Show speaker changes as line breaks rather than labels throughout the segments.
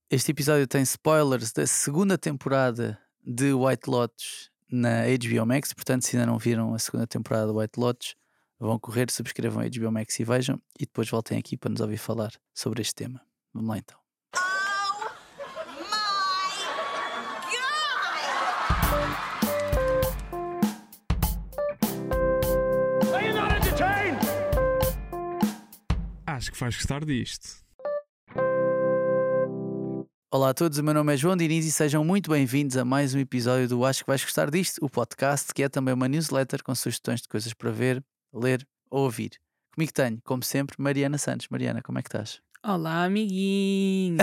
Este episódio tem spoilers da segunda temporada de White Lotus na HBO Max, portanto, se ainda não viram a segunda temporada de White Lotus, vão correr, subscrevam a HBO Max e vejam, e depois voltem aqui para nos ouvir falar sobre este tema. Vamos lá então.
Acho que vais gostar disto.
Olá a todos, o meu nome é João Diniz e sejam muito bem-vindos a mais um episódio do Acho que vais gostar disto, o podcast que é também uma newsletter com sugestões de coisas para ver, ler ou ouvir. Comigo tenho, como sempre, Mariana Santos. Mariana, como é que estás?
Olá, amiguinhos.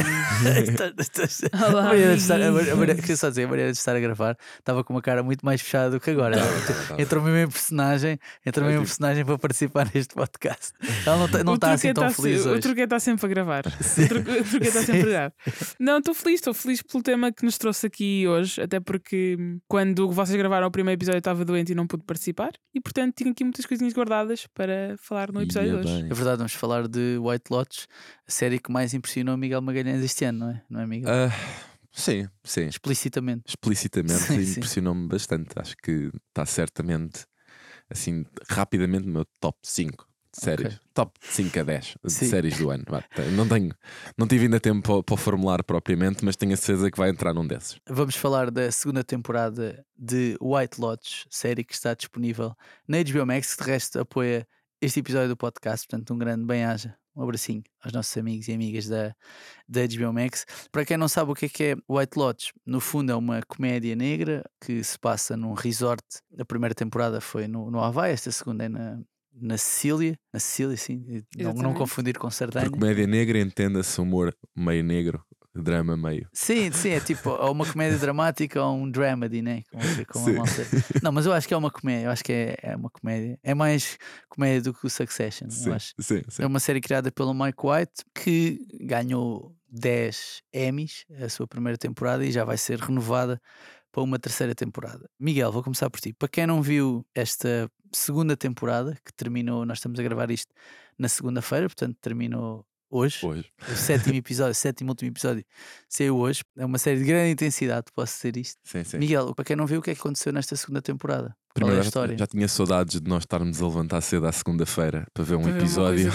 Olá,
Queria só dizer, a Mariana de estar a gravar estava com uma cara muito mais fechada do que agora. Entrou mesmo em personagem, para participar neste podcast. Ela não está assim tão feliz hoje.
O truque está sempre a gravar. O truque está sempre a gravar. Não, estou feliz pelo tema que nos trouxe aqui hoje, até porque quando vocês gravaram o primeiro episódio eu estava doente e não pude participar, e portanto tinha aqui muitas coisinhas guardadas para falar no episódio de hoje.
É verdade, vamos falar de White Lotus, a série que mais impressionou Miguel Magalhães este ano, não é? Não é, Miguel?
Sim.
Explicitamente
Sim. Impressionou-me bastante. Acho que está certamente, assim, rapidamente no meu top 5 de séries.
Okay.
Top 5 a 10 de séries do ano. Não tive ainda tempo para o formular propriamente, mas tenho a certeza que vai entrar num desses.
Vamos falar da segunda temporada de White Lotus, série que está disponível na HBO Max, que de resto apoia este episódio do podcast, portanto um grande bem-aja. Um abracinho aos nossos amigos e amigas da HBO Max. Para quem não sabe o que é White Lotus, no fundo é uma comédia negra que se passa num resort. A primeira temporada foi no Havaí, esta segunda é na Sicília. Na Sicília, sim. Não confundir com Sardanha.
Por comédia negra, entenda-se humor meio negro, drama meio.
Sim, é tipo ou uma comédia dramática ou um dramedy, né? Não, mas eu acho que é uma comédia. Eu acho que é uma comédia. É mais comédia do que o Succession. Eu acho.
Sim.
É uma série criada pelo Mike White que ganhou 10 Emmys a sua primeira temporada e já vai ser renovada para uma terceira temporada. Miguel, vou começar por ti. Para quem não viu esta segunda temporada, que terminou, nós estamos a gravar isto na segunda-feira, portanto terminou hoje. O sétimo último episódio saiu hoje. É uma série de grande intensidade, posso dizer isto.
Sim.
Miguel, para quem não viu, o que é que aconteceu nesta segunda temporada?
Primeiro,
qual é a história?
Já tinha saudades de nós estarmos a levantar cedo à segunda-feira para ver um episódio.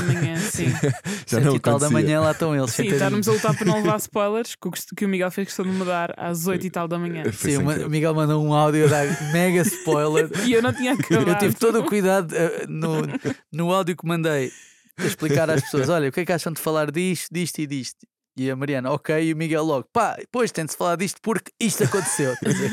Já não tal da manhã lá estão eles.
Sim, estarmos a lutar para não levar spoilers, que o Miguel fez questão de mudar às 8 e tal da manhã.
Sim, o Miguel mandou um áudio a dar mega spoiler.
E eu não tinha acabado.
Eu tive todo o cuidado no áudio que mandei a explicar às pessoas: olha, o que é que acham de falar disto e disto? E a Mariana, ok, e o Miguel logo, depois tem de se falar disto porque isto aconteceu.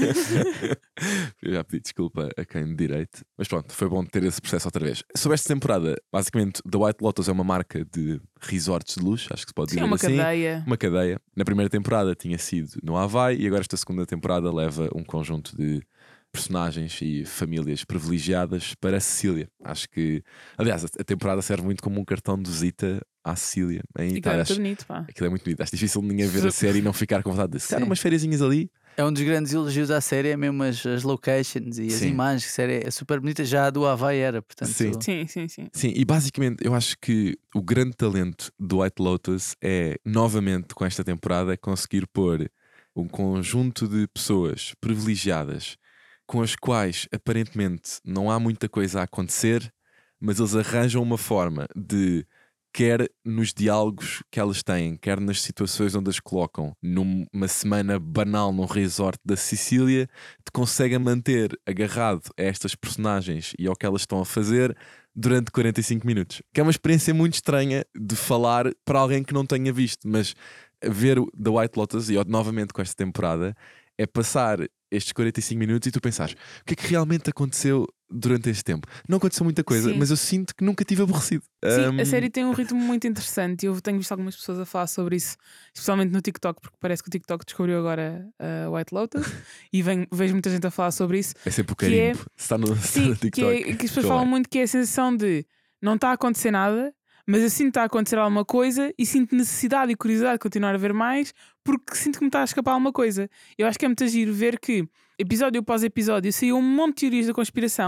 Eu já pedi desculpa a quem de direito, mas pronto, foi bom ter esse processo outra vez. Sobre esta temporada, basicamente, The White Lotus é uma marca de resorts de luxo, acho que se pode dizer assim. Uma cadeia. Na primeira temporada tinha sido no Havaí e agora esta segunda temporada leva um conjunto de personagens e famílias privilegiadas para a Sicília. Acho que, aliás, a temporada serve muito como um cartão de visita à Sicília em Itália.
Aquilo é muito bonito, pá.
Aquilo é muito bonito. Acho difícil de ninguém ver a série e não ficar com vontade de se umas fériasinhas ali.
É um dos grandes elogios à série, é mesmo as locations e as imagens. A série é super bonita, já a do Havaí era, portanto.
Sim,
e basicamente eu acho que o grande talento do White Lotus é, novamente com esta temporada, conseguir pôr um conjunto de pessoas privilegiadas com as quais aparentemente não há muita coisa a acontecer, mas eles arranjam uma forma de, quer nos diálogos que elas têm, quer nas situações onde as colocam numa semana banal num resort da Sicília, te conseguem manter agarrado a estas personagens e ao que elas estão a fazer durante 45 minutos. Que é uma experiência muito estranha de falar para alguém que não tenha visto, mas ver The White Lotus, e novamente com esta temporada, é passar estes 45 minutos e tu pensares o que é que realmente aconteceu durante este tempo. Não aconteceu muita coisa, mas eu sinto que nunca estive aborrecido.
Sim, a série tem um ritmo muito interessante e eu tenho visto algumas pessoas a falar sobre isso, especialmente no TikTok, porque parece que o TikTok descobriu agora White Lotus e vejo muita gente a falar sobre isso.
É sempre o carimbo. Se está no TikTok.
Que as pessoas falam muito que é a sensação de não está a acontecer nada, mas eu sinto que está a acontecer alguma coisa e sinto necessidade e curiosidade de continuar a ver mais porque sinto que me está a escapar alguma coisa. Eu acho que é muito giro ver que episódio após episódio saiu um monte de teorias da conspiração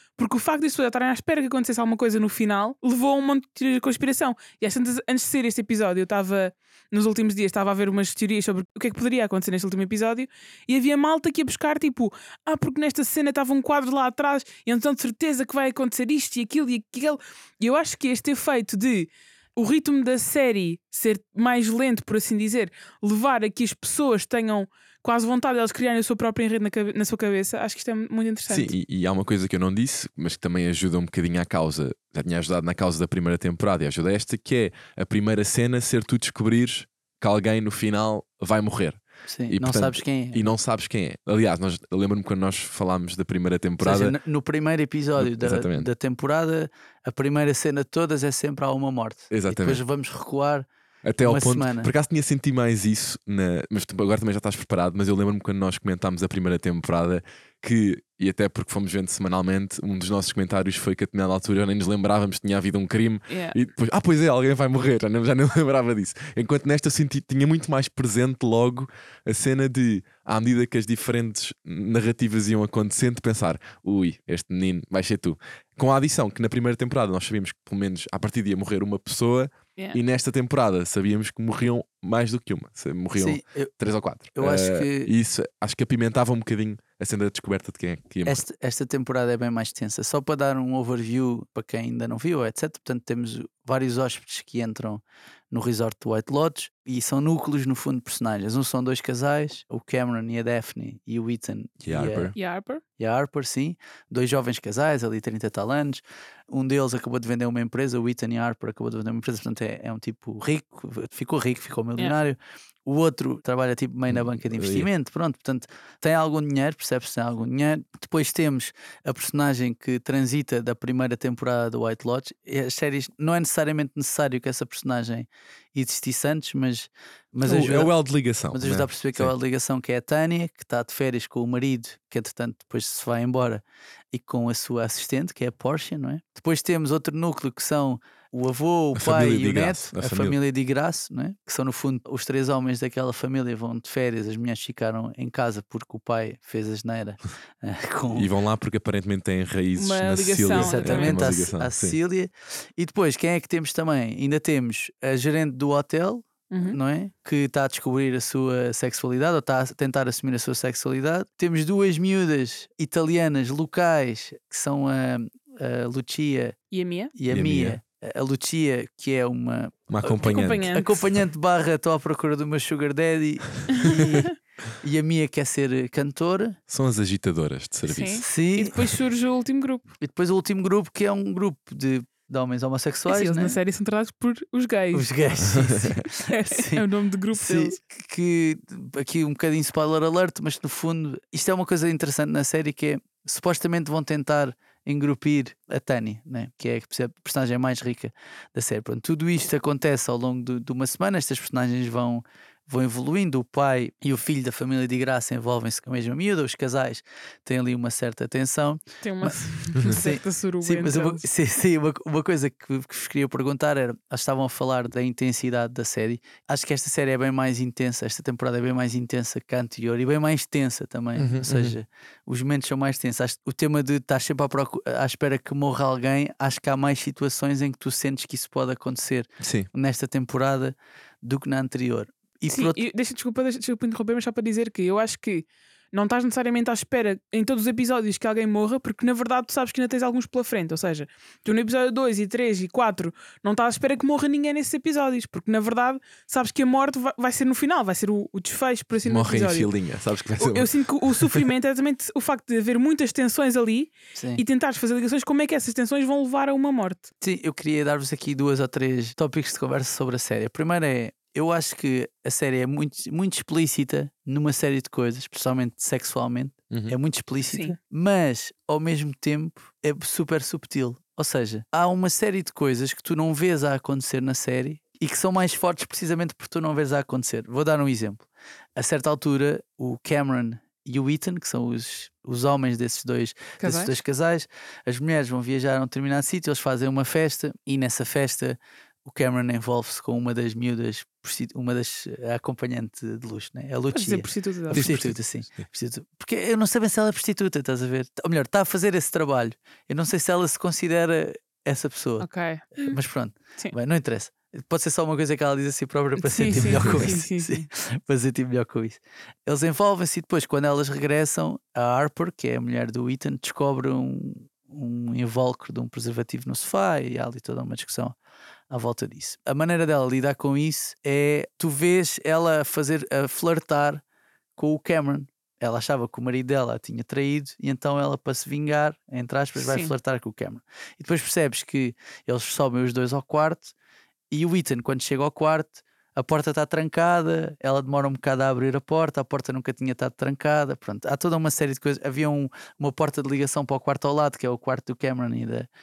porque o facto de as pessoas estarem à espera que acontecesse alguma coisa no final levou a um monte de conspiração. E às tantas, antes de ser este episódio, eu estava, nos últimos dias, estava a ver umas teorias sobre o que é que poderia acontecer neste último episódio, e havia malta que ia buscar, tipo, porque nesta cena estava um quadro lá atrás, e então de certeza que vai acontecer isto e aquilo e aquilo. E eu acho que este efeito de o ritmo da série ser mais lento, por assim dizer, levar a que as pessoas tenham quase vontade de elas criarem o seu próprio enredo na sua cabeça, acho que isto é muito interessante.
Sim, e há uma coisa que eu não disse, mas que também ajuda um bocadinho à causa, já tinha ajudado na causa da primeira temporada e ajuda esta, que é a primeira cena ser tu descobrires que alguém no final vai morrer.
Sim,
E,
não
portanto,
sabes quem é.
E não sabes quem é. Aliás, eu lembro-me quando nós falámos da primeira temporada.
Ou seja, no primeiro episódio da temporada, a primeira cena de todas é sempre há uma morte.
Exatamente.
E depois vamos recuar
até ao
uma
ponto.
semana.
Por acaso tinha sentido mais isso, mas agora também já estás preparado. Mas eu lembro-me quando nós comentámos a primeira temporada que, e até porque fomos vendo semanalmente, um dos nossos comentários foi que a determinada altura já nem nos lembrávamos que tinha havido um crime. E depois, pois é, alguém vai morrer, já nem lembrava disso. Enquanto nesta eu senti, tinha muito mais presente logo a cena de, à medida que as diferentes narrativas iam acontecendo, pensar, este menino vai ser tu. Com a adição que na primeira temporada nós sabíamos que pelo menos à partida ia morrer uma pessoa. E nesta temporada sabíamos que morriam mais do que uma. Morriam 3 ou 4.
Eu acho que
isso acho que apimentava um bocadinho a cena da descoberta de quem é que ia morrer.
Esta temporada é bem mais tensa. Só para dar um overview para quem ainda não viu, etc. Portanto, temos vários hóspedes que entram no resort do White Lodge e são núcleos, no fundo, de personagens. São 2 casais, o Cameron e a Daphne, e o Ethan
e a
Harper, sim. 2 jovens casais, ali 30 e tal anos. Um deles acabou de vender uma empresa, o Ethan e a Harper acabou de vender uma empresa, portanto é um tipo rico, ficou milionário. O outro trabalha tipo meio na banca de investimento, pronto, portanto tem algum dinheiro, percebe-se que tem algum dinheiro. Depois temos a personagem que transita da primeira temporada do White Lodge. As séries, não é necessariamente necessário que essa personagem existisse antes, mas ajuda,
é o elo de ligação.
Mas ajuda a perceber que é o elo de ligação, que é a Tânia, que está de férias com o marido, que entretanto depois se vai embora, e com a sua assistente, que é a Portia, não é? Depois temos outro núcleo que são o avô, o pai e o neto, a família de Graça, não é? Que são no fundo os 3 homens daquela família, vão de férias, as mulheres ficaram em casa porque o pai fez a asneira.
E vão lá porque aparentemente têm raízes na Sicília.
Exatamente, à Sicília. E depois, quem é que temos também? Ainda temos a gerente do hotel, não é? Que está a descobrir a sua sexualidade, ou está a tentar assumir a sua sexualidade. Temos 2 miúdas italianas locais, que são a Lucia
e a
Mia. A Lucia, que é uma acompanhante barra, estou à procura do meu sugar daddy, e a Mia quer ser cantora.
São as agitadoras de serviço.
Sim.
E depois surge o último grupo.
E depois o último grupo, que é um grupo de homens homossexuais.
Eles na série são tratados por os gays.
Os gays, sim.
É o nome do grupo deles.
Que aqui um bocadinho spoiler alert, mas no fundo isto é uma coisa interessante na série, que é, supostamente vão tentar engrupir a Tânia, né? Que é a personagem mais rica da série. Pronto, tudo isto acontece ao longo de uma semana. Estas personagens vão evoluindo. O pai e o filho da família de Graça envolvem-se com a mesma miúda. Os casais têm ali uma certa tensão.
Tem uma certa suruba.
Sim, mas uma coisa que vos queria perguntar era, eles estavam a falar da intensidade da série. Acho que esta série é bem mais intensa, esta temporada é bem mais intensa que a anterior e bem mais tensa também. Ou seja, os momentos são mais tensos. O tema de estar sempre à espera que morra alguém, acho que há mais situações em que tu sentes que isso pode acontecer nesta temporada do que na anterior.
Desculpa interromper, mas só para dizer que eu acho que não estás necessariamente à espera em todos os episódios que alguém morra, porque na verdade tu sabes que ainda tens alguns pela frente. Ou seja, tu no episódio 2 e 3 e 4 não estás à espera que morra ninguém nesses episódios, porque na verdade sabes que a morte vai ser no final, vai ser o desfecho, por assim dizer.
Morre em filinha, sabes que vai ser.
Eu sinto que o sofrimento é exatamente o facto de haver muitas tensões ali e tentares fazer ligações, como é que essas tensões vão levar a uma morte.
Sim, eu queria dar-vos aqui 2 ou 3 tópicos de conversa sobre a série. O primeiro é, eu acho que a série é muito, muito explícita numa série de coisas, especialmente sexualmente. É muito explícita, mas ao mesmo tempo é super subtil. Ou seja, há uma série de coisas que tu não vês a acontecer na série e que são mais fortes precisamente porque tu não vês a acontecer. Vou dar um exemplo. A certa altura, o Cameron e o Ethan, que são os homens desses dois casais, as mulheres vão viajar a um determinado sítio, eles fazem uma festa e nessa festa o Cameron envolve-se com uma das miúdas, uma das acompanhante de luxo, né? A
Podes dizer
Lucia.
prostituta.
A prostituta, sim. Prostituta. Porque eu não sei bem se ela é prostituta, estás a ver? Ou melhor, está a fazer esse trabalho. Eu não sei se ela se considera essa pessoa.
Ok.
Mas pronto,
Sim.
bem, não interessa. Pode ser só uma coisa que ela diz a si própria para
Sim,
sentir
sim,
melhor
sim,
com
sim,
isso.
sim, sim.
Para sentir melhor com isso. Eles envolvem-se e depois, quando elas regressam, a Harper, que é a mulher do Ethan, descobre um invólucro de um preservativo no sofá e há ali toda uma discussão à volta disso. A maneira dela lidar com isso é, tu vês ela a flertar com o Cameron. Ela achava que o marido dela a tinha traído e então ela, para se vingar, entre aspas, vai
Sim.
flertar com o Cameron. E depois percebes que eles sobem os dois ao quarto e o Ethan, quando chega ao quarto, a porta está trancada, ela demora um bocado a abrir a porta nunca tinha estado trancada. Pronto, há toda uma série de coisas. Havia uma porta de ligação para o quarto ao lado, que é o quarto do Cameron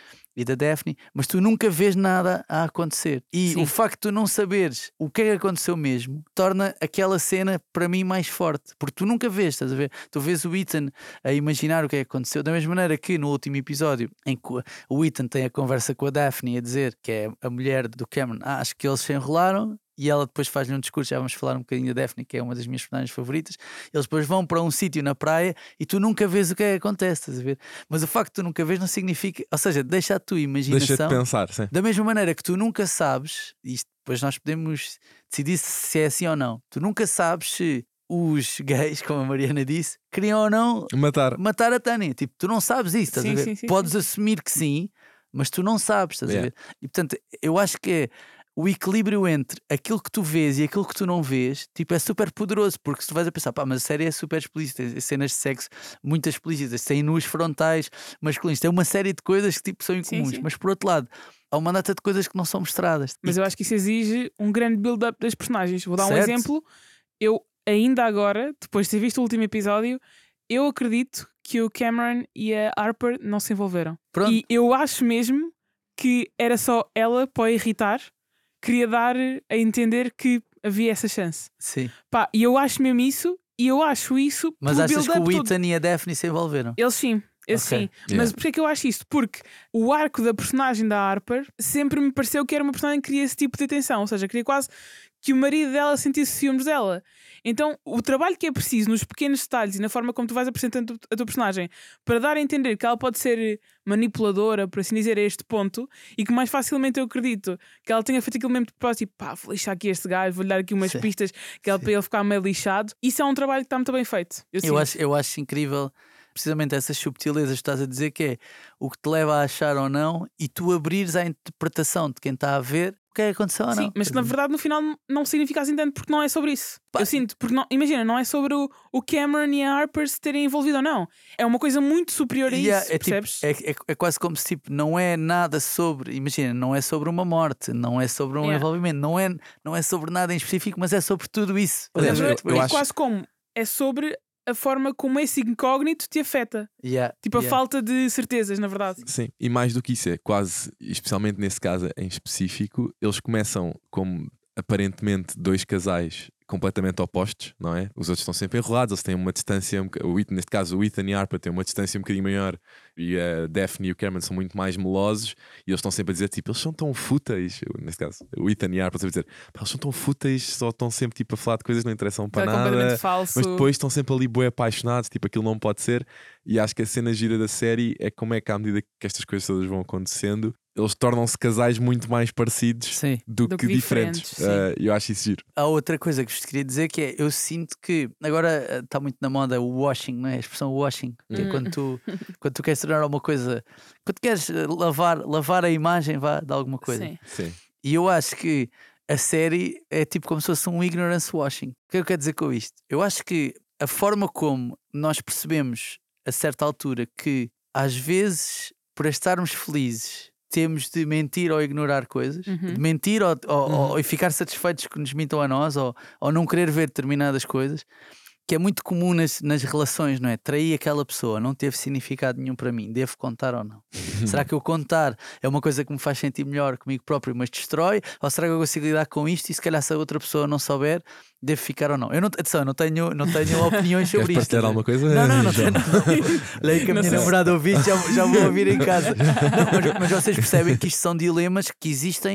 e da Daphne, mas tu nunca vês nada a acontecer. E
Sim.
o facto de tu não saberes o que é que aconteceu mesmo torna aquela cena para mim mais forte, porque tu nunca vês, estás a ver? Tu vês o Ethan a imaginar o que é que aconteceu, da mesma maneira que no último episódio em que o Ethan tem a conversa com a Daphne a dizer que é a mulher do Cameron, acho que eles se enrolaram. E ela depois faz-lhe um discurso, já vamos falar um bocadinho da Daphne, que é uma das minhas personagens favoritas. Eles depois vão para um sítio na praia e tu nunca vês o que é que acontece, estás a ver? Mas o facto de tu nunca vês não significa... Ou seja, deixa a tua imaginação...
Deixa-te pensar, sim.
Da mesma maneira que tu nunca sabes, e isto depois nós podemos decidir se é assim ou não. Tu nunca sabes se os gays, como a Mariana disse, queriam ou não matar a Tânia. Tipo, tu não sabes isso, estás
Sim,
a ver?
sim, sim,
Podes assumir que sim, mas tu não sabes, estás a ver? E portanto, eu acho que é o equilíbrio entre aquilo que tu vês e aquilo que tu não vês, tipo, é super poderoso, porque se tu vais a pensar, pá, mas a série é super explícita, tem cenas de sexo muito explícitas, tem nus frontais masculinos, tem uma série de coisas que tipo, são incomuns,
sim.
mas por outro lado, há uma data de coisas que não são mostradas.
Mas eu acho que isso exige um grande build-up das personagens. Vou dar um
Certo.
exemplo. Eu, ainda agora, depois de ter visto o último episódio, eu acredito que o Cameron e a Harper não se envolveram.
Pronto.
E eu acho mesmo que era só ela para irritar. Queria dar a entender que havia essa chance.
Sim.
Pá, e eu acho mesmo isso. E eu acho isso
Mas
pelo
achas que
build-up
o
todo.
Ethan e a Daphne se envolveram?
Eles sim. Esse
Ok.
sim. Mas porquê é que eu acho isto? Porque o arco da personagem da Harper sempre me pareceu que era uma personagem que queria esse tipo de atenção. Ou seja, queria quase que o marido dela sentisse ciúmes dela. Então, o trabalho que é preciso nos pequenos detalhes e na forma como tu vais apresentando a tua personagem para dar a entender que ela pode ser manipuladora, por assim dizer, a este ponto, e que mais facilmente eu acredito que ela tenha feito aquilo mesmo de propósito, tipo, pá, vou lixar aqui este gajo, vou-lhe dar aqui umas
Sim.
pistas que ela, para ele ficar meio lixado. Isso é um trabalho que está muito bem feito.
Eu acho incrível precisamente essas subtilezas que estás a dizer, que é o que te leva a achar ou não e tu abrires à interpretação de quem está a ver o que é que aconteceu ou não.
Sim, mas que na verdade no final não significa assim tanto, porque não é sobre isso.
Pá.
Eu sinto, porque não, imagina, não é sobre o Cameron e a Harper se terem envolvido ou não. É uma coisa muito superior a
Yeah,
isso,
é, tipo,
percebes?
é quase como se tipo, não é nada sobre, imagina, não é sobre uma morte, não é sobre um
Yeah.
envolvimento, não é sobre nada em específico, mas é sobre tudo isso.
Aliás,
Mas
eu
é
acho-
quase como é sobre a forma como esse incógnito te afeta.
Yeah,
Tipo, a
yeah.
falta de certezas, na verdade.
Sim, e mais do que isso, é quase, especialmente nesse caso em específico, eles começam como aparentemente dois casais completamente opostos, não é? Os outros estão sempre enrolados, eles têm uma distância, neste caso o Ethan e a Harper têm uma distância um bocadinho maior e a Daphne e o Cameron são muito mais melosos e eles estão sempre a dizer, tipo, eles são tão fúteis, neste caso, o Ethan e a Harper sempre a dizer, pá, eles são tão fúteis, só estão sempre tipo a falar de coisas que não interessam para
É
nada,
completamente falso.
mas depois estão sempre ali bué apaixonados, tipo, aquilo não pode ser. E acho que a cena gira da série é como é que à medida que estas coisas todas vão acontecendo, eles tornam-se casais muito mais parecidos
Sim.
do que diferentes.
diferentes,
Eu acho isso giro.
Há outra coisa que vos queria dizer que é, eu sinto que agora está muito na moda o washing, não é? A expressão washing, que é quando tu queres tornar alguma coisa, quando queres lavar a imagem de alguma coisa.
Sim.
Sim.
E eu acho que a série é tipo como se fosse um ignorance washing. O que é que eu quero dizer com isto? Eu acho que a forma como nós percebemos a certa altura que às vezes, por estarmos felizes, temos de mentir ou ignorar coisas, de mentir ou ficar satisfeitos que nos mintam a nós, ou não querer ver determinadas coisas, que é muito comum nas relações, não é? Trair aquela pessoa, não teve significado nenhum para mim, devo contar ou não? Será que eu contar é uma coisa que me faz sentir melhor comigo próprio, mas destrói? Ou será que eu consigo lidar com isto e se calhar se a outra pessoa não souber, devo ficar ou não? Eu não tenho opiniões sobre
Queres
isto.
partilhar alguma coisa?
Não
João?
tenho. Leio que a
Não
minha
sei.
namorada ouvir, já vou ouvir em casa. Não, mas vocês percebem que isto são dilemas que existem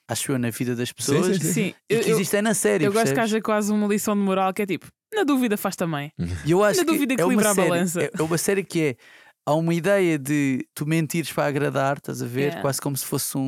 acho eu, na vida das pessoas.
Sim,
E que existe é na série.
eu gosto que
percebes?
haja quase uma lição de moral que é tipo, na dúvida faz também.
E eu acho
Na dúvida
que é uma
equilibra a
série,
balança.
é uma série que é. Há uma ideia de tu mentires para agradar, estás a ver?
Yeah.
Quase como se fosse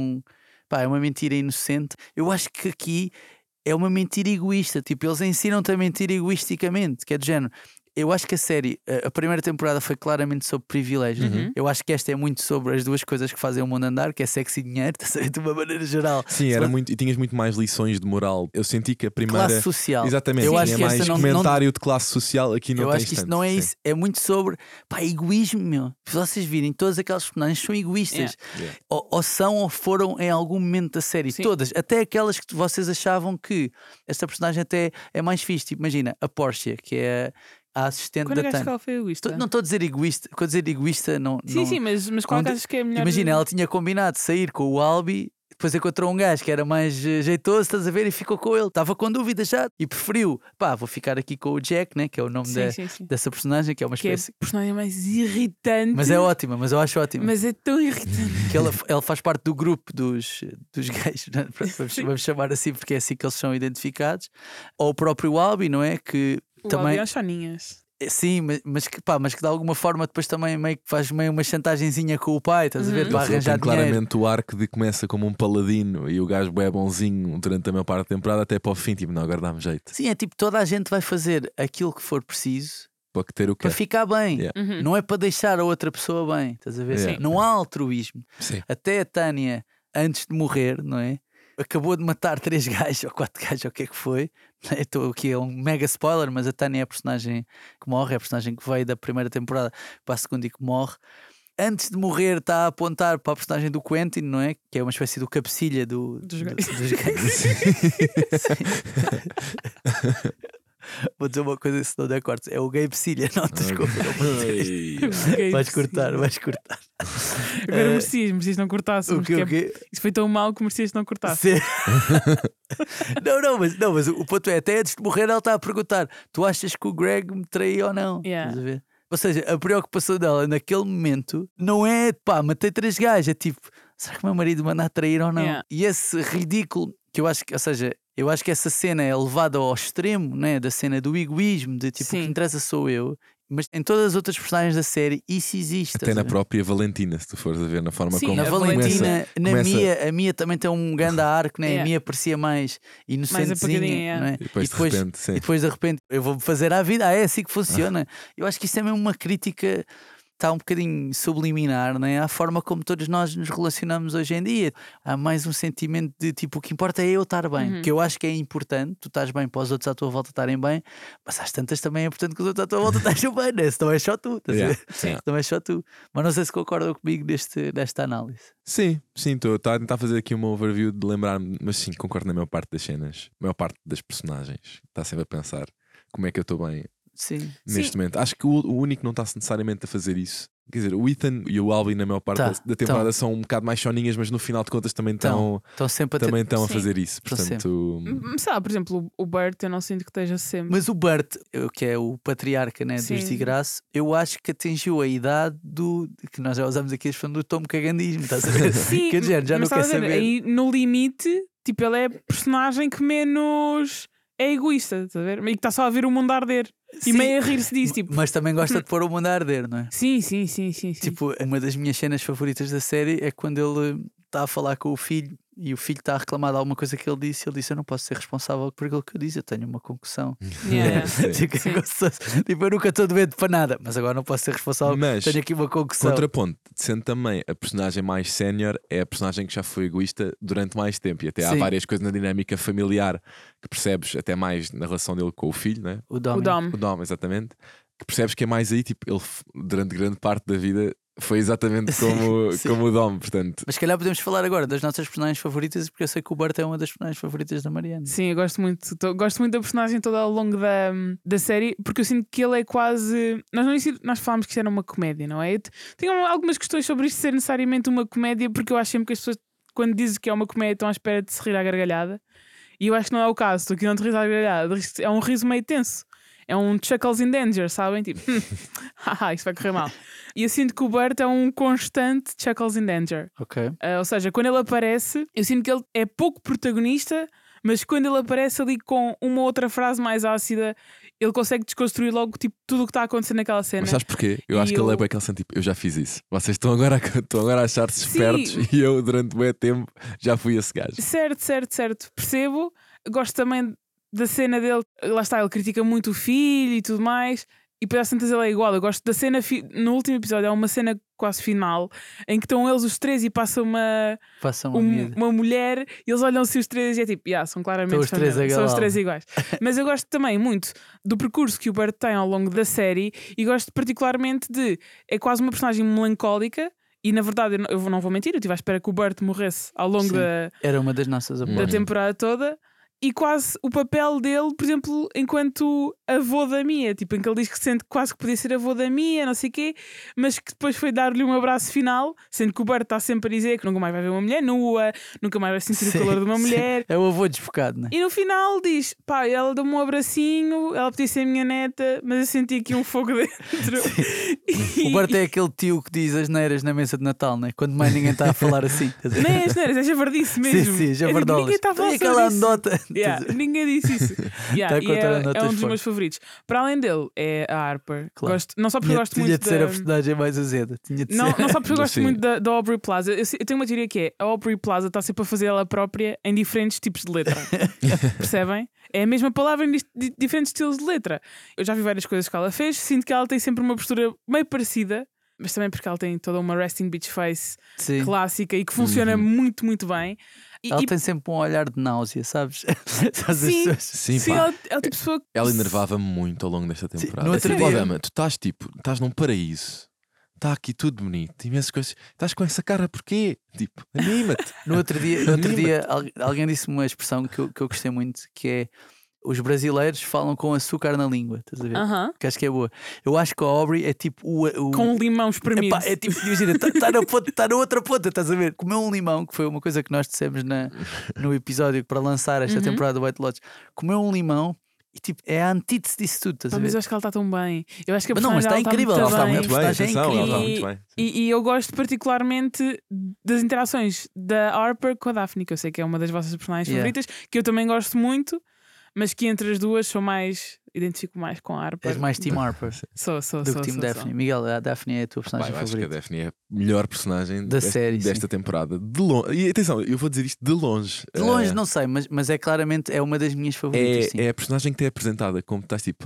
é uma mentira inocente. Eu acho que aqui é uma mentira egoísta. Tipo, eles ensinam-te a mentir egoisticamente, que é do género. Eu acho que a série, a primeira temporada foi claramente sobre privilégios.
Uhum.
Eu acho que esta é muito sobre as duas coisas que fazem o mundo andar, que é sexo e dinheiro, estás a ver? De uma maneira geral.
Sim, era muito, e tinhas muito mais lições de moral. Eu senti que a primeira.
Classe social.
Exatamente,
Eu
tinha
acho que
mais
esta não-
comentário de classe social. Aqui não
Eu
tem
acho que isto
tanto,
não é
sim.
isso, é muito sobre egoísmo, meu. Se vocês virem, todos aqueles personagens são egoístas.
Yeah.
Ou são ou foram em algum momento da série.
Sim.
Todas, até aquelas que vocês achavam que esta personagem até é mais fixe. Tipo, imagina a Portia, que é a assistente
Quando é
da
que achas que
Tânia.
ela foi egoísta?
Não estou a dizer egoísta, quando dizer egoísta não.
Sim, sim, mas qual é que
não-
achas que é a melhor?
Imagina, ela tinha combinado de sair com o Albi, depois encontrou um gajo que era mais jeitoso, estás a ver, e ficou com ele. Estava com dúvida já e preferiu, vou ficar aqui com o Jack, né, que é o nome
Sim.
dessa personagem, que é uma
Que é
espécie.
a personagem mais irritante.
Mas é ótima, mas eu acho ótima.
Mas é tão irritante.
Que ela faz parte do grupo dos gays, né?
Sim.
Vamos chamar assim, porque é assim que eles são identificados. Ou o próprio Albi, não é? Que
O
também.
Albi às choninhas.
Sim, mas que de alguma forma depois também meio que faz meio uma chantagenzinha com o pai, estás a ver?
Uhum.
Para
Ele
arranjar
tem
dinheiro.
claramente o arco de começa como um paladino e o gajo é bonzinho durante a maior parte da temporada até para o fim, tipo, não, agora dá-me jeito.
Sim, é tipo, toda a gente vai fazer aquilo que for preciso
Para ter o que
para ficar bem.
Yeah.
Uhum.
Não é para deixar a outra pessoa bem, estás a ver?
Yeah.
Não há altruísmo.
Sim.
Até a Tânia, antes de morrer, não é? Acabou de matar 3 gajos ou 4 gajos, ou o que é que foi. Estou aqui, é um mega spoiler, mas a Tânia é a personagem que morre, é a personagem que veio da primeira temporada para a segunda e que morre. Antes de morrer, está a apontar para a personagem do Quentin, não é? Que é uma espécie do cabecilha dos gays. Vou dizer uma coisa, se não der cortes. É o gay becilha, não, desculpa. Vais cortar.
Agora merecias não cortássemos.
O quê?
Isso foi tão mal que merecias não cortasse.
Sim. não, mas o ponto é, até antes de morrer ela está a perguntar: tu achas que o Greg me traiu ou não?
Yeah.
Estás a ver? Ou seja, a preocupação dela naquele momento não é matei 3 gajos, é tipo, será que o meu marido me anda a trair ou não?
Yeah.
E esse ridículo que eu acho que, ou seja, eu acho que essa cena é levada ao extremo, né, da cena do egoísmo, de tipo, o
Sim.
que interessa sou eu. Mas em todas as outras personagens da série isso existe.
Até
estás
na
a ver?
própria Valentina, se tu fores a ver na forma
Sim,
como
Na
a
Valentina, na
começa-
Mia, a Mia também tem um grande arco, né? A
Yeah.
Mia parecia mais inocentezinha,
apagadinha,
não é?
E depois, de repente, sim.
E depois de repente eu vou-me fazer à vida, é assim que funciona. Eu acho que isso é mesmo uma crítica, está um bocadinho subliminar, né? À forma como todos nós nos relacionamos hoje em dia. Há mais um sentimento de tipo, o que importa é eu estar bem,
Uhum.
que eu acho que é importante, tu estás bem para os outros à tua volta estarem bem, mas às tantas também é importante que os outros à tua volta estejam bem, né? Se não é só tu, estás a
Yeah.
ver?
Sim.
Se não é só tu. Mas não sei se concordam comigo desta análise.
Sim, estou a tentar fazer aqui uma overview de lembrar-me, mas sim, concordo na maior parte das cenas, na maior parte das personagens. Está sempre a pensar como é que eu estou bem
Sim.
neste momento. Acho que o único que não está necessariamente a fazer isso. Quer dizer, o Ethan e o Albi na maior parte
Tá,
da temporada são um bocado mais choninhas, mas no final de contas também estão
Estão sempre a ter...
a
Sim.
fazer isso.
Estão
Portanto,
Sei lá, por exemplo, o Bert eu não sinto que esteja sempre.
Mas o Bert, que é o patriarca, né, dos
Sim.
Degrasse, eu acho que atingiu a idade que nós já usamos aqui a expressão do Tom Cagandismo, estás a ver?
Sim,
Quer dizer, já não
mas
quer
estás a ver,
saber.
aí no limite, tipo, ele é a personagem que menos é egoísta, estás a ver? E que está só a ver o mundo arder.
Sim.
E meio a rir-se disso, tipo.
Mas também gosta de pôr o mundo a arder, não é?
Sim.
Tipo, uma das minhas cenas favoritas da série é quando ele está a falar com o filho e o filho está a reclamar de alguma coisa que ele disse. Ele disse: eu não posso ser responsável por aquilo que eu disse, eu tenho uma concussão.
Yeah.
Tipo,
Sim.
tipo, eu nunca estou doente para nada, mas agora não posso ser responsável,
Mas,
tenho aqui uma concussão.
contraponto, sendo também a personagem mais sénior, é a personagem que já foi egoísta durante mais tempo. E até há
Sim.
várias coisas na dinâmica familiar que percebes até mais na relação dele com o filho, né?
O Dom.
O Dom.
O Dom, exatamente. Que percebes que é mais aí, tipo, ele durante grande parte da vida foi exatamente como,
Sim.
como o Dom, portanto.
Mas se calhar podemos falar agora das nossas personagens favoritas, porque eu sei que o Bart é uma das personagens favoritas da Mariana.
Sim, eu gosto muito da personagem toda ao longo da série, porque eu sinto que ele é quase. Nós falámos que isto era uma comédia, não é? Eu tenho algumas questões sobre isto ser necessariamente uma comédia, porque eu acho sempre que as pessoas, quando dizem que é uma comédia, estão à espera de se rir à gargalhada. E eu acho que não é o caso. Tu aqui não te ris à gargalhada, é um riso meio tenso. é um Chuckles in Danger, sabem? Tipo, haha, isto vai correr mal. E eu sinto que o Bert é um constante Chuckles in Danger.
Ok.
Ou seja, quando ele aparece, eu sinto que ele é pouco protagonista, mas quando ele aparece ali com uma outra frase mais ácida, ele consegue desconstruir logo tipo, tudo o que está a acontecer naquela cena.
Mas sabes porquê? Eu
E
acho que ele é
eu-
bem aquele tipo, eu já fiz isso. Vocês estão agora a achar-se
Sim.
espertos e eu durante muito tempo já fui esse gajo.
Certo. Percebo. Gosto também da cena dele. Lá está, ele critica muito o filho e tudo mais. E depois às tantas ele é igual. Eu gosto da cena no último episódio, é uma cena quase final em que estão eles os três e passa
Façam uma miúda.
uma mulher e eles olham-se os três e é tipo, são claramente
Estão os três
família,
a
são os
galá-lo.
três iguais. Mas eu gosto também muito do percurso que o Bert tem ao longo da série e gosto particularmente é quase uma personagem melancólica. E na verdade, eu não vou mentir, eu estive à espera que o Bert morresse ao longo
Sim. Era uma das nossas
da
apostas.
temporada toda. E quase o papel dele, por exemplo, enquanto avô da Mia, tipo, em que ele diz que sente quase que podia ser avô da Mia, não sei o quê, mas que depois foi dar-lhe um abraço final, sendo que o Bert está sempre a dizer que nunca mais vai ver uma mulher nua, nunca mais vai sentir o calor de uma mulher.
É o avô desfocado, né?
E no final diz: pá, ela deu-me um abracinho, ela podia ser a minha neta, mas eu senti aqui um fogo dentro.
O Bart é aquele tio que diz as neiras na mesa de Natal, né? Quando mais ninguém está a falar assim. estás a ver?
Nem é asneiras, é javardice mesmo.
Sim,
É tipo,
javardolas.
ninguém está a falar
Tem
sobre
aquela
isso.
anedota.
Yeah, ninguém disse isso. Yeah,
Tá
e
contando
é
notas
um dos
fortes.
meus favoritos. Para além dele, é a Harper.
Claro.
Gosto, não só porque eu gosto
Tinha
muito
de ser a
da.
personagem mais azeda. Tinha de
Não,
ser.
não só porque eu gosto
Sim.
muito da Aubrey Plaza. Eu tenho uma teoria que é: a Aubrey Plaza está sempre a fazer ela própria em diferentes tipos de letra. Percebem? É a mesma palavra em diferentes estilos de letra. Eu já vi várias coisas que ela fez. Sinto que ela tem sempre uma postura meio parecida, mas também porque ela tem toda uma resting bitch face
Sim.
clássica e que funciona muito, muito bem.
Ela tem sempre um olhar de náusea, sabes? Sabes as
Sim.
pessoas-
Sim,
Sim,
pá.
ela é o tipo de pessoa que
Ela enervava-me muito ao longo desta temporada.
no outro
Tipo,
dia-
Dama, tu estás num paraíso, está aqui tudo bonito, imensas coisas, estás com essa cara porquê? Tipo, anima-te.
No outro dia alguém disse-me uma expressão que eu gostei muito, que é: os brasileiros falam com açúcar na língua. Estás a ver?
Aham.
Que acho que é boa. Eu acho que a Aubrey é tipo o
com um limão espremido.
Epá, é tipo, imagina, está na outra ponta, estás a ver? Comeu um limão, que foi uma coisa que nós dissemos no episódio para lançar esta temporada do White Lotus. Comeu um limão e tipo, é a antítese disso tudo, estás a
Pá, mas
ver?
eu acho que ela está tão bem. Eu acho que a
Mas não, mas
personagem
está incrível,
dela
ela
está
está
muito
muito
bem.
bem. Personagem
atenção, ela está
incrível.
muito bem.
E eu gosto particularmente das interações da Harper com a Daphne, que eu sei que é uma das vossas personagens
Yeah.
favoritas, que eu também gosto muito, mas que entre as duas identifico mais com a Harper.
És mais Team Harper
Sou.
do que Team Daphne. Miguel, a Daphne é a tua
Pá,
personagem
eu acho que a
favorita.
Daphne é a melhor personagem
Da série,
desta temporada. De longe. E atenção, eu vou dizer isto de longe.
De longe não sei, mas é claramente uma das minhas favoritas. sim.
É a personagem que te é apresentada como estás tipo,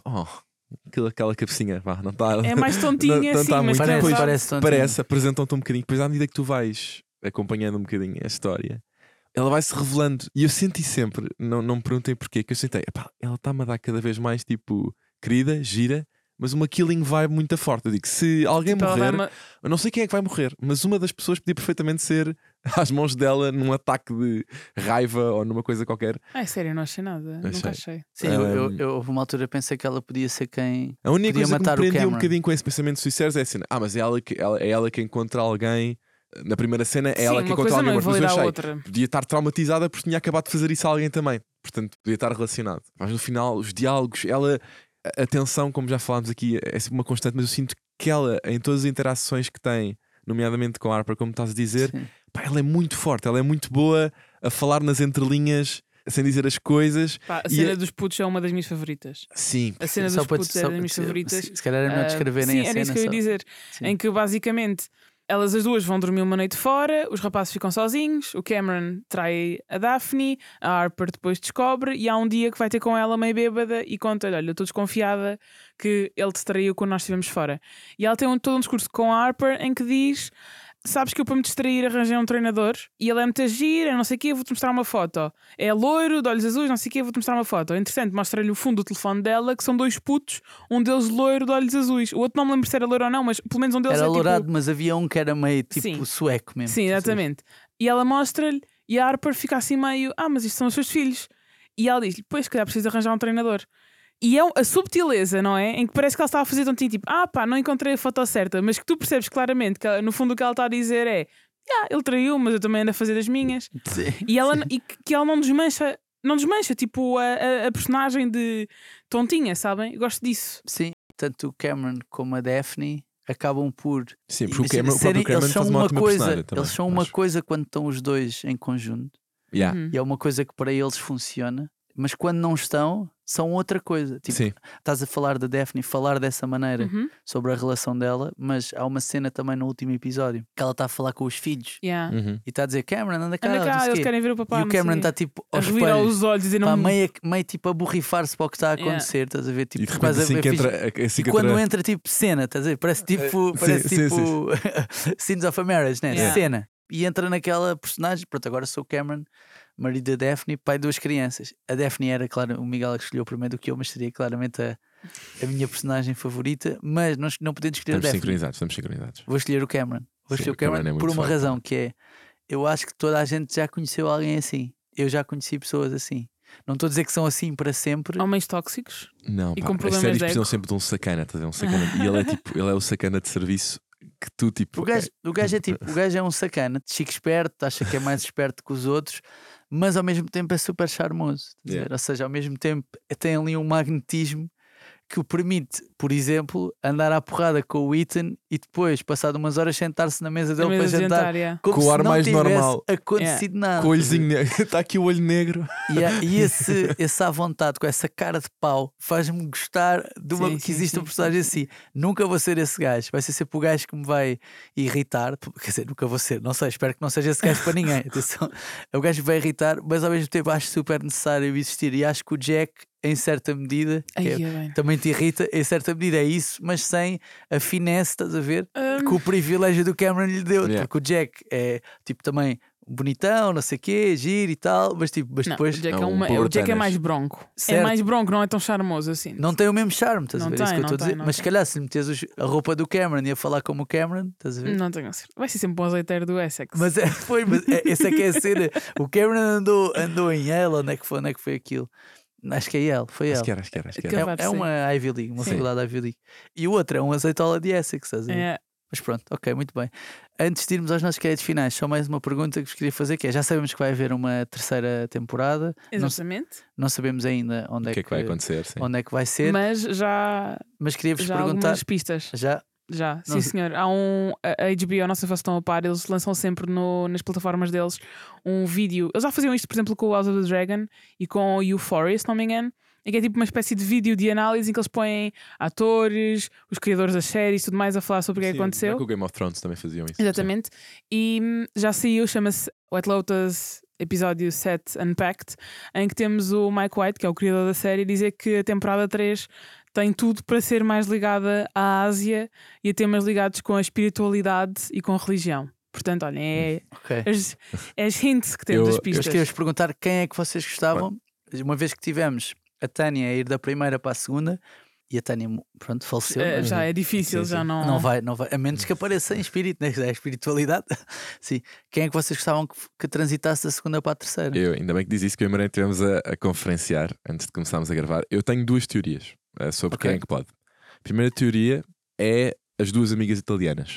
aquela cabecinha, vá, não está.
É mais tontinha,
não
sim,
tá
mas
muito.
Parece,
Depois
parece tontinha.
parece, apresentam-te um bocadinho. Depois, à medida que tu vais acompanhando um bocadinho a história, ela vai-se revelando. E eu senti sempre, não me perguntem porquê, que eu sentei, ela está-me a dar cada vez mais tipo querida, gira, mas uma killing vibe muito forte. Eu digo, se alguém
Tipo, ela
morrer,
vai-me-
eu não sei quem é que vai morrer, mas uma das pessoas podia perfeitamente ser às mãos dela num ataque de raiva ou numa coisa qualquer.
Ai, sério, eu não achei nada. Nunca achei.
Sim, eu houve uma altura pensei que ela podia ser quem.
A única
Podia
coisa que me
matar o
prendia um
Cameron.
bocadinho com esse pensamento suicério é assim, mas é ela que encontra alguém. Na primeira cena é
Sim,
ela que
uma
encontra
coisa
alguém
não
morto, mas eu
invalida a
achei,
outra.
podia estar traumatizada porque tinha acabado de fazer isso a alguém também. Portanto, podia estar relacionado. Mas no final, os diálogos, a tensão, como já falámos aqui, é sempre uma constante, mas eu sinto que ela, em todas as interações que tem, nomeadamente com a Harper, como estás a dizer,
Sim.
ela é muito forte, ela é muito boa a falar nas entrelinhas, sem dizer as coisas.
Pá, a
E
cena dos putos é uma das minhas favoritas.
Sim,
A cena
Só
dos
para-
putos
só-
é das minhas favoritas.
Se calhar é melhor
Ah,
descreverem
sim,
a cena.
era isso que eu ia
só.
dizer.
Sim.
Em que basicamente elas as duas vão dormir uma noite fora, os rapazes ficam sozinhos, o Cameron trai a Daphne, a Harper depois descobre e há um dia que vai ter com ela meio bêbada e conta-lhe: olha, eu estou desconfiada que ele te traiu quando nós estivemos fora. E ela tem todo um discurso com a Harper em que diz: sabes que eu para me distrair arranjei um treinador e ele é muito giro, não sei o quê, vou-te mostrar uma foto. É loiro, de olhos azuis, não sei o quê, vou-te mostrar uma foto. Entretanto, mostra-lhe o fundo do telefone dela, que são dois putos, um deles loiro, de olhos azuis. O outro não me lembro se era loiro ou não, mas pelo menos um deles
Era
é tipo...
lourado, mas havia um que era meio tipo
Sim.
sueco mesmo.
Sim, exatamente. E ela mostra-lhe e a Harper fica assim meio: mas isto são os seus filhos. E ela diz-lhe: pois, se calhar preciso arranjar um treinador. E é a subtileza, não é? Em que parece que ela estava a fazer tontinho, tipo, não encontrei a foto certa, mas que tu percebes claramente que no fundo o que ela está a dizer é: ele traiu, mas eu também ando a fazer das minhas.
Sim.
E ela, e que ela não desmancha não desmancha, tipo a personagem de tontinha, sabem? Eu gosto disso.
Sim, tanto o Cameron como a Daphne acabam por.
Sim, porque o
imagina,
próprio Cameron
eles são
faz uma
uma
ótima
coisa,
personagem também,
eles são uma
acho.
coisa quando estão os dois em conjunto.
Yeah.
Uhum.
E é uma coisa que para eles funciona, mas quando não estão, são outra coisa. Tipo,
Sim,
estás a falar da Daphne, falar dessa maneira
Uhum.
sobre a relação dela, mas há uma cena também no último episódio que ela está a falar com os filhos
Yeah.
uhum.
e está a dizer: Cameron, anda cá,
Anda
não
cá,
sei o
eles
quê.
querem ver o papá.
E o Cameron está tipo
a
aos
revirar
espelhos,
os olhos e não.
pá, meio tipo a borrifar-se para o que está a
Yeah.
acontecer, estás a ver? Tipo,
E de repente
quase a
assim
ver
que
fixe.
entra, assim
E
que
quando
entra-
entra tipo cena, estás a ver? Parece tipo,
sim, sim.
Scenes of a Marriage, né?
Yeah.
Cena. E entra naquela personagem. Pronto, agora sou o Cameron, marido da Daphne, pai de 2 crianças. A Daphne era, claro, o Miguel que escolheu primeiro do que eu, mas seria claramente a minha personagem favorita. Mas não podemos escolher
Estamos
a Daphne.
estamos sincronizados.
Vou escolher o Cameron. Vou
Sim,
escolher o
o Cameron
Cameron
é
por
muito
uma
forte,
razão,
pá.
que é: eu acho que toda a gente já conheceu alguém assim. Eu já conheci pessoas assim. Não estou a dizer que são assim para sempre.
Homens tóxicos.
Não,
E
pá,
com
as
problemas
séries
de
precisam
ego.
sempre de um sacana, estás a ver? Um sacana. E ele é tipo, ele é o sacana de serviço que tu tipo.
O gajo é tipo, o gajo é um sacana, chico esperto, acha que é mais esperto que os outros, mas ao mesmo tempo é super charmoso. Estás a ver?
Yeah.
Ou seja, ao mesmo tempo tem ali um magnetismo que o permite, por exemplo, andar à porrada com o Ethan e depois, passado umas horas, sentar-se na mesa dele
Na
para
mesa de
jantar,
jantar, yeah.
como
Com o
se
ar
não
mais
tivesse
normal.
acontecido nada.
Com o olhozinho negro. Está aqui o olho negro.
E esse à vontade, com essa cara de pau, faz-me gostar de
Sim,
que
sim,
existe um
sim,
personagem
sim,
assim. Nunca vou ser esse gajo, vai ser sempre o gajo que me vai irritar. Quer dizer, nunca vou ser, não sei, espero que não seja esse gajo para ninguém. Atenção, é o gajo que vai irritar, mas ao mesmo tempo acho super necessário existir. E acho que o Jack, em certa medida,
Ai,
que é-
é bem.
também te irrita, em certa medida é isso, mas sem a finesse, estás a ver? Que o privilégio do Cameron lhe deu.
Yeah.
Porque o Jack é tipo também bonitão, não sei o quê, giro e tal, mas
Não,
depois
o Jack,
Não,
o Jack é
pobretanas.
mais bronco. É
Certo.
mais bronco, não é tão charmoso assim.
não tem o mesmo charme, estás a
Não
ver? É isso
tem,
que eu estou a
não
dizer.
tem, não
Mas se
tem.
calhar se lhe metes a roupa do Cameron e a falar como o Cameron, estás a ver?
Não tenho a ser. Vai ser sempre um azeiteiro do Essex.
Mas essa é que é a cena. O Cameron andou em Yale, onde é que foi aquilo? Acho que é Yale, foi
Acho
Yale.
que era, acho que era. Acho que
Que-
era.
Capaz de
É
ser.
uma Ivy League, uma
Sim.
faculdade Ivy League. E o outro é um azeitola de Essex, estás a ver?
É,
Mas pronto, ok, muito bem. Antes de irmos aos nossos créditos finais, só mais uma pergunta que vos queria fazer, que é: já sabemos que vai haver uma terceira temporada,
exatamente.
não sabemos ainda onde
O que é que vai acontecer? Sim.
onde é que vai ser,
Mas já,
mas queria-vos
já há
perguntar.
algumas pistas.
Já?
Já,
Não
sim
sei.
senhor. Há a HBO, a nossa face estão a par, eles lançam sempre nas plataformas deles um vídeo. Eles já faziam isto, por exemplo, com o House of the Dragon e com o Euphoria, se não me engano. E que é tipo uma espécie de vídeo de análise em que eles põem atores, os criadores das séries e tudo mais a falar sobre o que é que
Sim,
aconteceu.
não é que o Game of Thrones também faziam isso.
Exatamente. E já saiu, chama-se White Lotus episódio 7 Unpacked, em que temos o Mike White, que é o criador da série, dizer que a temporada 3 tem tudo para ser mais ligada à Ásia e a temas ligados com a espiritualidade e com a religião. Portanto, olhem, é
Ok.
as hints que temos,
Eu-
as
Eu
pistas.
queria-vos perguntar quem é que vocês gostavam, uma vez que tivemos a Tânia a ir da primeira para a segunda e a Tânia, pronto, faleceu.
Eh,
né?
já é difícil,
Sim,
já
sim.
não.
Não vai, a menos que apareça em espírito, né? Que é a espiritualidade. Sim. Quem é que vocês gostavam que transitasse da segunda para a terceira?
Eu, ainda bem que diz isso, que eu e a Mariana estivemos a conferenciar antes de começarmos a gravar. Eu tenho 2 teorias sobre
Ok.
quem é que pode. A primeira teoria é as 2 amigas italianas.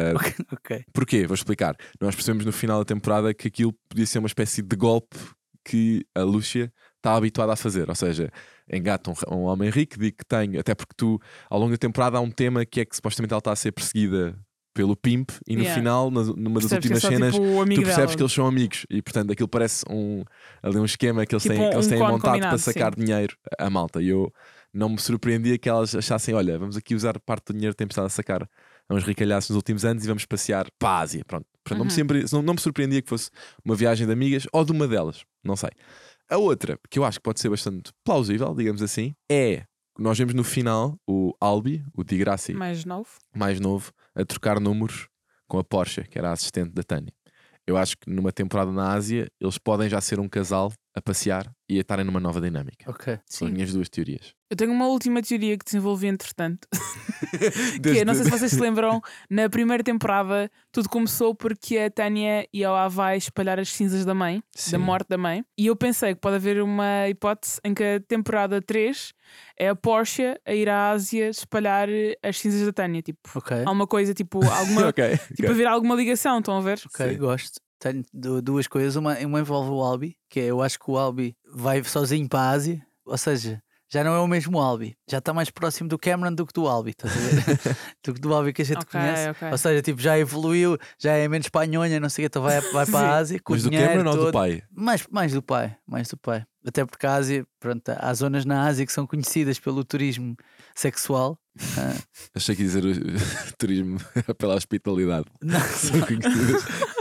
Ok.
Porquê? Vou explicar. Nós percebemos no final da temporada que aquilo podia ser uma espécie de golpe que a Lúcia está habituada a fazer. Ou seja, engata um homem rico, diz que tem, até porque tu, ao longo da temporada, há um tema que é que supostamente ela está a ser perseguida pelo Pimp e no
Yeah.
final, numa das
Percebes que é
últimas
só,
cenas,
tipo, o amigo
tu percebes
dela.
que eles são amigos e portanto aquilo parece ali um esquema que eles
Tipo
têm, que eles
um
têm
clone
montado
combinado,
para sacar
sim.
dinheiro à malta. E eu não me surpreendia que elas achassem: olha, vamos aqui usar parte do dinheiro que temos estado a sacar a uns ricalhaços nos últimos anos e vamos passear para a Ásia. Pronto. Portanto, não me surpreendia que fosse uma viagem de amigas ou de uma delas, não sei. A outra, que eu acho que pode ser bastante plausível, digamos assim, é: nós vemos no final o Albi, o Di Grassi
Mais novo.
mais novo, a trocar números com a Porsche, que era a assistente da Tânia. Eu acho que numa temporada na Ásia eles podem já ser um casal a passear e a estarem numa nova dinâmica.
Ok.
São as
Sim.
minhas 2 teorias.
Eu tenho uma última teoria que desenvolvi entretanto. Que é, não sei se vocês se lembram, na primeira temporada tudo começou porque a Tânia ia ao Havaí espalhar as cinzas da mãe,
Sim.
da morte da mãe, e eu pensei que pode haver uma hipótese em que a temporada 3 é a Porsche a ir à Ásia espalhar as cinzas da Tânia. Tipo,
Ok.
há uma coisa, tipo, alguma,
Ok.
tipo haver alguma ligação, estão a ver?
Ok,
Sim.
gosto. Tenho duas coisas. Uma envolve o Albi, que é, eu acho que o Albi vai sozinho para a Ásia, ou seja, já não é o mesmo Albi, já está mais próximo do Cameron do que do Albi, estás a ver? Do que do Albi que a gente conhece.
Ok.
Ou seja, tipo, já evoluiu, já é menos panhonha, não sei o que, então vai para a Ásia com
Mas
o
do
dinheiro
Cameron ou
todo.
do pai?
Mais do pai, mais do pai. Até porque a Ásia, pronto, há zonas na Ásia que são conhecidas pelo turismo sexual.
Achei que ia dizer o turismo pela hospitalidade.
Não,
São conhecidas.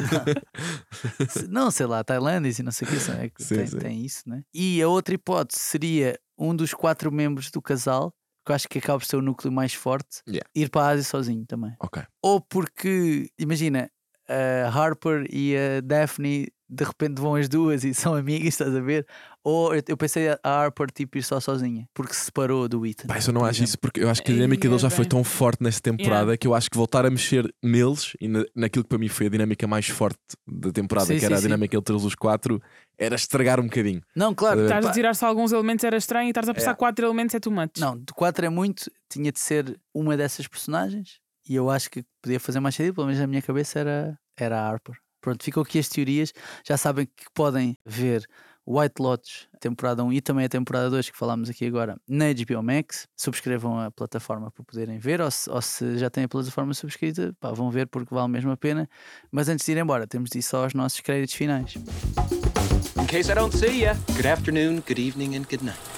não, sei lá, Tailândia e não sei o que, é que
Sim, sim.
tem isso, né? E a outra hipótese seria um dos 4 membros do casal, que eu acho que acaba por ser o núcleo mais forte,
Yeah.
ir para a Ásia sozinho também.
Ok.
Ou porque, imagina, a Harper e a Daphne de repente vão as duas e são amigas, estás a ver? Ou eu pensei a Harper tipo ir só sozinha, porque se separou do Ethan.
Pá, isso eu não
por
acho
exemplo.
isso, porque eu acho que a dinâmica deles já foi
bem.
tão forte nesta temporada
Yeah.
que eu acho que voltar a mexer neles e naquilo que para mim foi a dinâmica mais forte da temporada,
Sim,
que era
sim,
a dinâmica entre eles os 4, era estragar um bocadinho.
Não, claro.
Estás a ver?
Estás a
pá,
tirar só alguns elementos, era estranho, e estás a passar
É.
4 elementos, é too much.
Não, de 4 é muito, tinha de ser uma dessas personagens e eu acho que podia fazer mais sentido, pelo menos na minha cabeça era a Harper. Pronto, ficam aqui as teorias. Já sabem que podem ver White Lotus, temporada 1 e também a temporada 2 que falámos aqui agora na HBO Max. Subscrevam a plataforma para poderem ver, ou se já têm a plataforma subscrita, pá, vão ver porque vale mesmo a pena. Mas antes de ir embora, temos de ir só aos nossos créditos finais.
In case I don't see ya, good afternoon, good evening, and good night.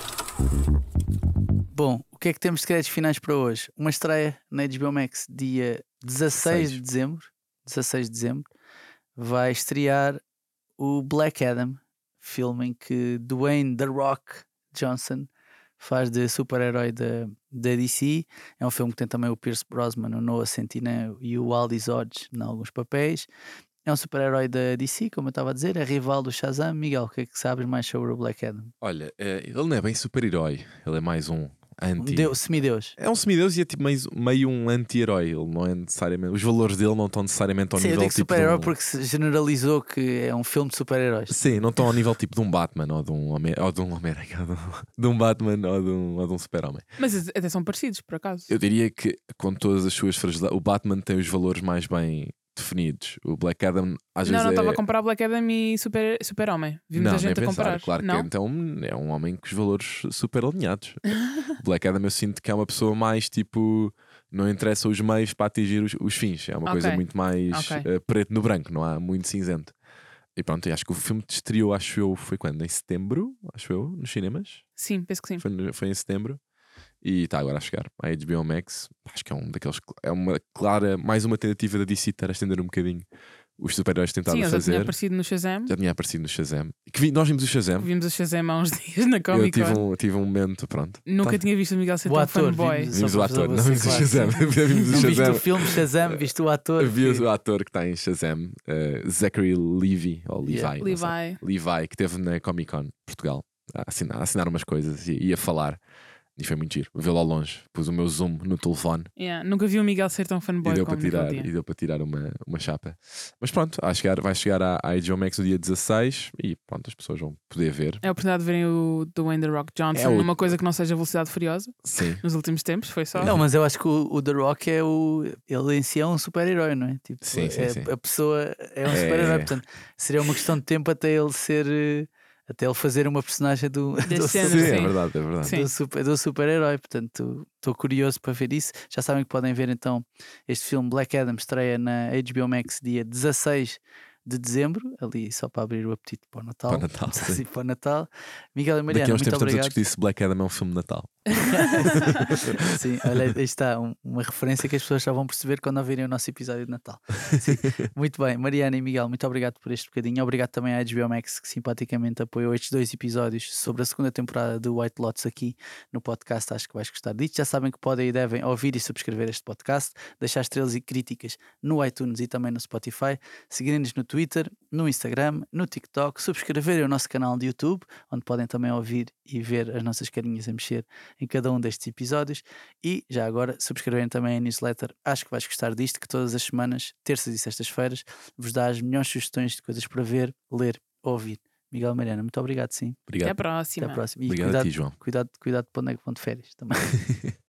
Bom, o que é que temos de créditos finais para hoje? Uma estreia na HBO Max dia 16 de dezembro. 16 de dezembro. Vai estrear o Black Adam, filme em que Dwayne The Rock Johnson faz de super-herói da DC. É um filme que tem também o Pierce Brosnan, o Noah Centineo e o Aldis Hodge em alguns papéis. É um super-herói da DC, como eu estava a dizer, é rival do Shazam. Miguel, o que é que sabes mais sobre o Black Adam?
Olha, ele não é bem super-herói, ele é mais um anti.
Semideus.
É um semideus e é tipo meio um anti-herói. Ele não é necessariamente. Os valores dele não estão necessariamente ao
Sim, eu
nível
digo
tipo.
super-herói porque se generalizou que é um filme de super-heróis.
Sim, não estão ao nível tipo de um Batman ou de um Homem-Aranha, de um Batman ou de um Super-Homem.
Mas até são parecidos, por acaso.
Eu diria que, com todas as suas fragilidades, o Batman tem os valores mais bem definidos. O Black Adam, às
Não,
vezes.
não estava a comparar Black Adam e Super-Homem. Vi muita
Não,
gente
nem
a
pensar.
comparar.
Claro
não?
que então é um homem com os valores super alinhados. Black Adam, eu sinto que é uma pessoa mais tipo. Não interessa os meios para atingir os fins. É uma coisa
Ok.
muito mais
Ok.
preto no branco, não há muito cinzento. E pronto, e acho que o filme estreou, acho eu, foi quando? Em setembro, acho eu, nos cinemas.
Sim, penso que sim.
Foi em setembro. E está agora a chegar à HBO Max. Acho que é um daqueles. É uma clara, mais uma tentativa da DC estar a estender um bocadinho os super-heróis tentaram
Sim, eu já tinha
fazer.
aparecido no Shazam.
Já tinha aparecido no Shazam. Nós vimos o Shazam.
Vimos o Shazam há uns dias na
Eu
Comic Con.
tive um momento, pronto.
Nunca
Tá.
tinha visto o Miguel ser
O
tão
ator,
fanboy.
vimos-
Vimos
Só
o
para
ator, não
você,
vimos o
claro,
Shazam.
sim.
Vimos o
Não viste
Shazam.
o filme Shazam, viste o ator.
Vi
que-
o ator que está em Shazam, Zachary Levi, ou Levi,
Yeah.
não sei. Levi, que esteve na Comic Con Portugal a assinar umas coisas e a falar. E foi muito giro. Vê-lo ao longe. Pus o meu zoom no telefone
Yeah, nunca vi o Miguel ser tão
e
fanboy
deu,
como
para tirar,
naquele
e
dia.
deu para tirar uma chapa. Mas pronto, vai chegar à HBO Max no dia 16 e pronto, as pessoas vão poder ver.
É a oportunidade de verem o Dwayne The Rock Johnson
É o-
numa coisa que não seja Velocidade Furiosa.
Sim.
Nos últimos tempos, foi só.
Não, mas eu acho que o The Rock é ele em si é um super-herói, não é? Tipo,
Sim, sim, sim.
A pessoa é um
É.
super-herói, portanto, seria uma questão de tempo até ele ser. Até ele fazer uma personagem do
cena,
Sim,
sim.
é verdade, é verdade.
Sim.
do super-herói, portanto estou curioso para ver isso. Já sabem que podem ver então este filme Black Adam estreia na HBO Max dia 16 de dezembro, ali só para abrir o apetite para o Natal.
Para o Natal,
Assim,
sim.
para o Natal. Miguel e
Daqui
Mariana,
a uns
muito
tempos estamos a
obrigado.
discutir se Black Adam é um filme de Natal.
Sim, olha, aí está uma referência que as pessoas já vão perceber quando ouvirem o nosso episódio de Natal. Sim, muito bem, Mariana e Miguel, muito obrigado por este bocadinho. Obrigado também à HBO Max que simpaticamente apoiou estes 2 episódios sobre a segunda temporada do White Lotus aqui no podcast. Acho que vais gostar disto. Já sabem que podem e devem ouvir e subscrever este podcast, deixar estrelas e críticas no iTunes e também no Spotify, seguirem-nos no Twitter, no Instagram, no TikTok, subscreverem o nosso canal de YouTube, onde podem também ouvir e ver as nossas carinhas a mexer em cada um destes episódios. E já agora subscreverem também a newsletter. Acho que vais gostar disto, que todas as semanas, terças e sextas-feiras, vos dá as melhores sugestões de coisas para ver, ler, ouvir. Miguel Mariana, muito obrigado, sim.
Até
Obrigado.
a próxima.
Até a próxima. E
Obrigado a ti, João.
cuidado para onde é que vão de férias também.